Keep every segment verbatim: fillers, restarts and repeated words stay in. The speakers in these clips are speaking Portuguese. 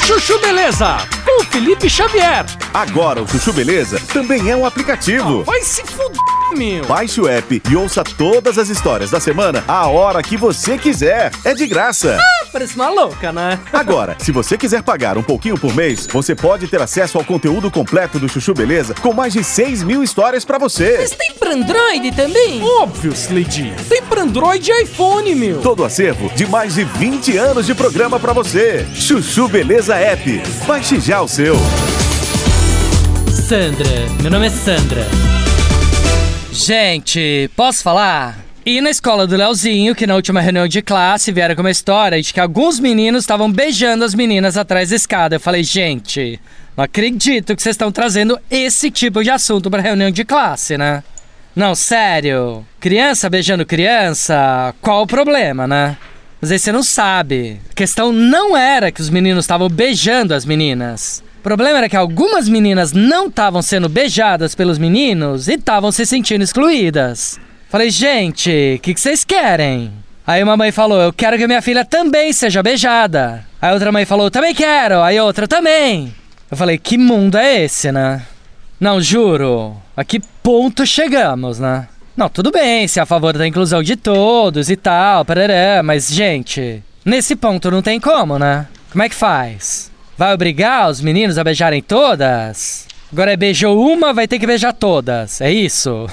Chuchu Beleza, com Felipe Xavier. Agora o Chuchu Beleza também é um aplicativo. Oh, vai se fuder, meu. Baixe o app e ouça todas as histórias da semana a hora que você quiser. É de graça. Ah, parece uma louca, né? Agora, se você quiser pagar um pouquinho por mês, você pode ter acesso ao conteúdo completo do Chuchu Beleza com mais de seis mil histórias pra você. Mas tem pra Android também? Óbvio, Slade. Tem pra Android e iPhone, meu. Todo acervo de mais de vinte anos de programa pra você. Chuchu Beleza App. Baixe já o seu. Sandra, meu nome é Sandra. Gente, posso falar? E na escola do Leozinho, que na última reunião de classe vieram com uma história de que alguns meninos estavam beijando as meninas atrás da escada. Eu falei, gente, não acredito que vocês estão trazendo esse tipo de assunto pra reunião de classe, né? Não, sério. Criança beijando criança, qual o problema, né? Mas aí você não sabe. A questão não era que os meninos estavam beijando as meninas. O problema era que algumas meninas não estavam sendo beijadas pelos meninos e estavam se sentindo excluídas. Falei, gente, o que, que vocês querem? Aí uma mãe falou, eu quero que minha filha também seja beijada. Aí outra mãe falou, também quero. Aí outra também. Eu falei, que mundo é esse, né? Não, juro. A que ponto chegamos, né? Não, tudo bem, se é a favor da inclusão de todos e tal, parará, mas, gente, nesse ponto não tem como, né? Como é que faz? Vai obrigar os meninos a beijarem todas? Agora é beijou uma, vai ter que beijar todas, é isso?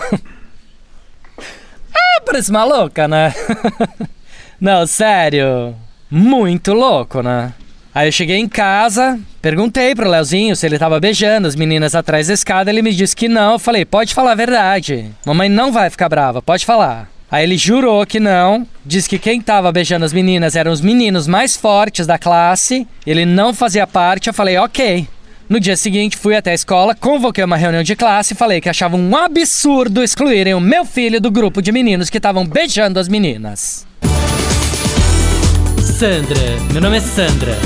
Ah, parece uma louca, né? Não, sério, muito louco, né? Aí eu cheguei em casa, perguntei pro Leozinho se ele tava beijando as meninas atrás da escada, ele me disse que não. Eu falei, pode falar a verdade, mamãe não vai ficar brava, pode falar. Aí ele jurou que não, disse que quem tava beijando as meninas eram os meninos mais fortes da classe, ele não fazia parte. Eu falei, ok. No dia seguinte fui até a escola, convoquei uma reunião de classe e falei que achava um absurdo excluírem o meu filho do grupo de meninos que estavam beijando as meninas. Sandra, meu nome é Sandra.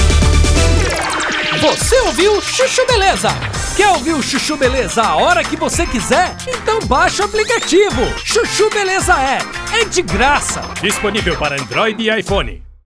Você ouviu Chuchu Beleza? Quer ouvir o Chuchu Beleza a hora que você quiser? Então baixa o aplicativo Chuchu Beleza App. É de graça. Disponível para Android e iPhone.